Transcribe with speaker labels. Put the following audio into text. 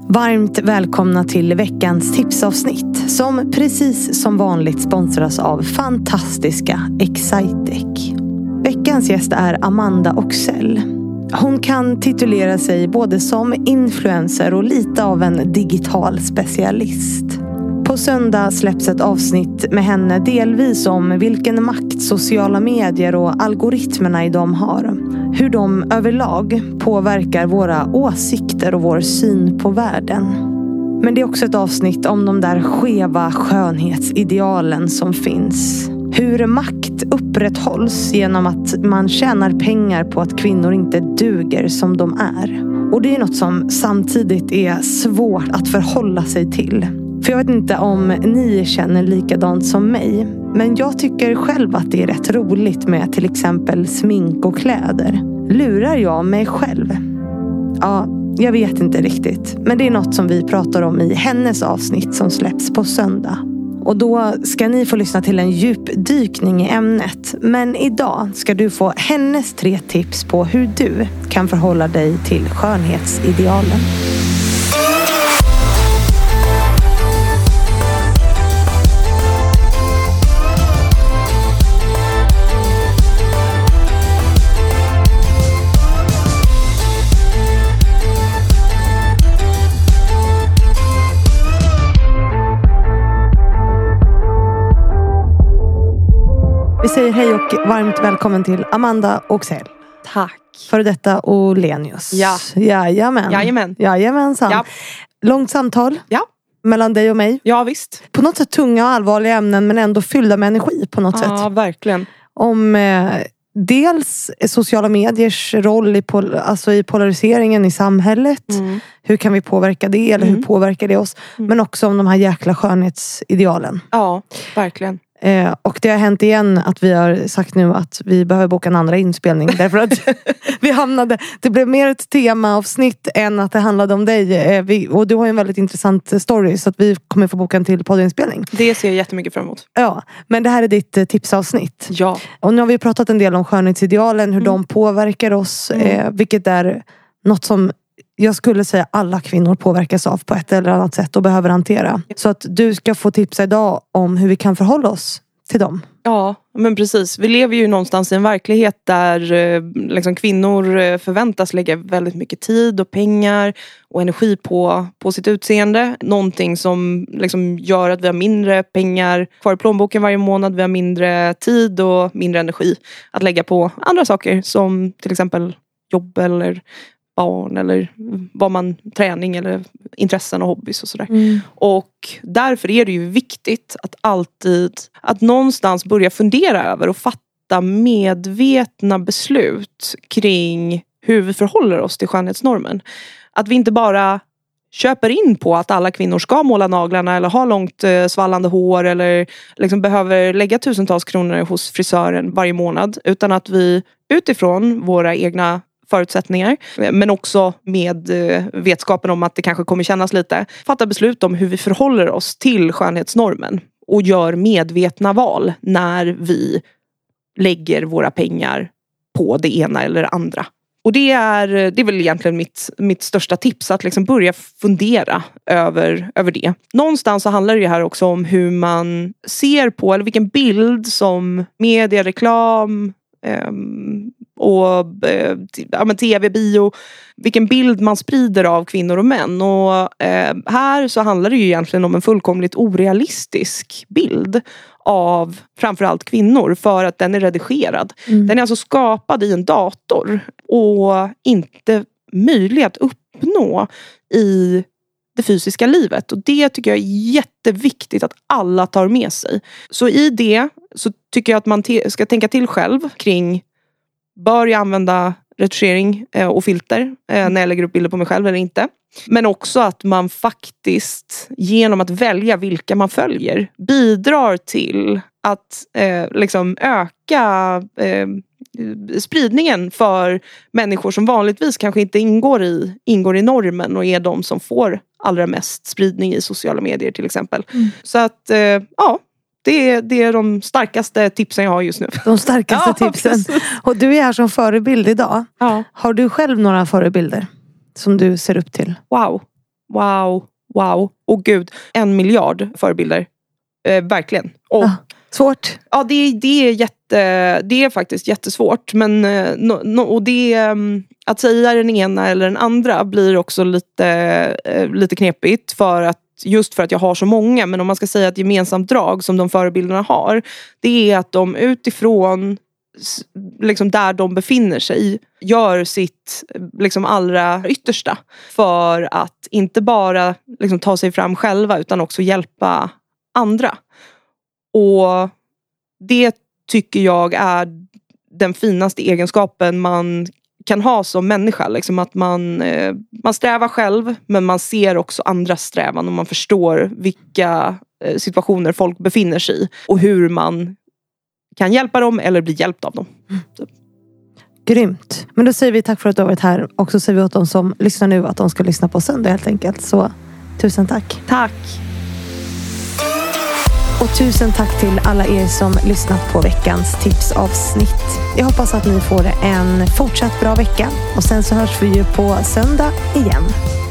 Speaker 1: Varmt välkomna till veckans tipsavsnitt som precis som vanligt sponsras av fantastiska Excitec. Veckans gäst är Amanda Oxell. Hon kan titulera sig både som influencer och lite av en digital specialist. På söndag släpps ett avsnitt med henne delvis om vilken makt sociala medier och algoritmerna i dem har. Hur de överlag påverkar våra åsikter och vår syn på världen. Men det är också ett avsnitt om de där skeva skönhetsidealen som finns. Hur makt upprätthålls genom att man tjänar pengar på att kvinnor inte duger som de är. Och det är något som samtidigt är svårt att förhålla sig till. För jag vet inte om ni känner likadant som mig. Men jag tycker själv att det är rätt roligt med till exempel smink och kläder. Lurar jag mig själv? Ja, jag vet inte riktigt. Men det är något som vi pratar om i hennes avsnitt som släpps på söndag. Och då ska ni få lyssna till en djupdykning i ämnet. Men idag ska du få hennes 3 tips på hur du kan förhålla dig till skönhetsidealen. Vi säger hej och varmt välkommen till Amanda Oxell.
Speaker 2: Tack.
Speaker 1: För detta Olenius.
Speaker 2: Ja.
Speaker 1: Jajamensan.
Speaker 2: Ja.
Speaker 1: Långt samtal.
Speaker 2: Ja.
Speaker 1: Mellan dig och mig.
Speaker 2: Ja, visst.
Speaker 1: På något sätt tunga och allvarliga ämnen men ändå fyllda med energi på något sätt.
Speaker 2: Ja, verkligen.
Speaker 1: Om dels sociala mediers roll i polariseringen i samhället. Mm. Hur kan vi påverka det eller hur påverkar det oss? Men också om de här jäkla skönhetsidealen.
Speaker 2: Ja, verkligen.
Speaker 1: Och det har hänt igen att vi har sagt nu att vi behöver boka en andra inspelning. Därför att det blev mer ett temaavsnitt än att det handlade om dig. Och du har ju en väldigt intressant story så att vi kommer få boka en till poddinspelning.
Speaker 2: Det ser jag jättemycket fram emot.
Speaker 1: Ja, men det här är ditt tipsavsnitt.
Speaker 2: Ja.
Speaker 1: Och nu har vi pratat en del om skönhetsidealen, hur de påverkar oss. Vilket är något som jag skulle säga alla kvinnor påverkas av på ett eller annat sätt och behöver hantera. Så att du ska få tipsa idag om hur vi kan förhålla oss till dem.
Speaker 2: Ja, men precis. Vi lever ju någonstans i en verklighet där liksom kvinnor förväntas lägga väldigt mycket tid och pengar och energi på sitt utseende. Någonting som liksom gör att vi har mindre pengar kvar i plånboken varje månad. Vi har mindre tid och mindre energi att lägga på andra saker som till exempel jobb eller barn eller träning eller intressen och hobbys och sådär. Och därför är det ju viktigt att någonstans börja fundera över och fatta medvetna beslut kring hur vi förhåller oss till skönhetsnormen. Att vi inte bara köper in på att alla kvinnor ska måla naglarna eller ha långt svallande hår eller liksom behöver lägga tusentals kronor hos frisören varje månad, utan att vi utifrån våra egna förutsättningar, men också med vetskapen om att det kanske kommer kännas lite, fatta beslut om hur vi förhåller oss till skönhetsnormen och gör medvetna val när vi lägger våra pengar på det ena eller andra. Och det är väl egentligen mitt största tips, att liksom börja fundera över det. Någonstans så handlar det här också om hur man ser på, eller vilken bild som media, reklam och tv, bio, vilken bild man sprider av kvinnor och män. Och här så handlar det ju egentligen om en fullkomligt orealistisk bild av framförallt kvinnor, för att den är redigerad. Den är alltså skapad i en dator och inte möjlig att uppnå i det fysiska livet. Och det tycker jag är jätteviktigt att alla tar med sig. Så i det så tycker jag att man ska tänka till själv kring: bör jag använda retuschering och filter när jag lägger upp bilder på mig själv eller inte? Men också att man faktiskt genom att välja vilka man följer bidrar till att liksom öka spridningen för människor som vanligtvis kanske inte ingår i normen och är de som får allra mest spridning i sociala medier till exempel. Så att det är de starkaste tipsen jag har just nu.
Speaker 1: De starkaste tipsen. Precis. Och du är här som förebild idag. Ja. Har du själv några förebilder som du ser upp till?
Speaker 2: Wow. Wow. Och gud, 1 miljard förebilder. Verkligen. Och,
Speaker 1: svårt.
Speaker 2: Ja, det är faktiskt jättesvårt. Men och det, att säga den ena eller den andra blir också lite knepigt. Just för att jag har så många. Men om man ska säga ett gemensamt drag som de förebilderna har. Det är att de utifrån liksom där de befinner sig gör sitt liksom allra yttersta för att inte bara liksom ta sig fram själva utan också hjälpa andra. Och det tycker jag är den finaste egenskapen man kan ha som människa. Liksom att man strävar själv, men man ser också andras strävan och man förstår vilka situationer folk befinner sig i och hur man kan hjälpa dem eller bli hjälpt av dem.
Speaker 1: Grymt. Men då säger vi tack för att du har varit här. Och så säger vi åt de som lyssnar nu att de ska lyssna på söndag helt enkelt. Så tusen tack.
Speaker 2: Tack.
Speaker 1: Och tusen tack till alla er som lyssnat på veckans tipsavsnitt. Jag hoppas att ni får en fortsatt bra vecka. Och sen så hörs vi ju på söndag igen.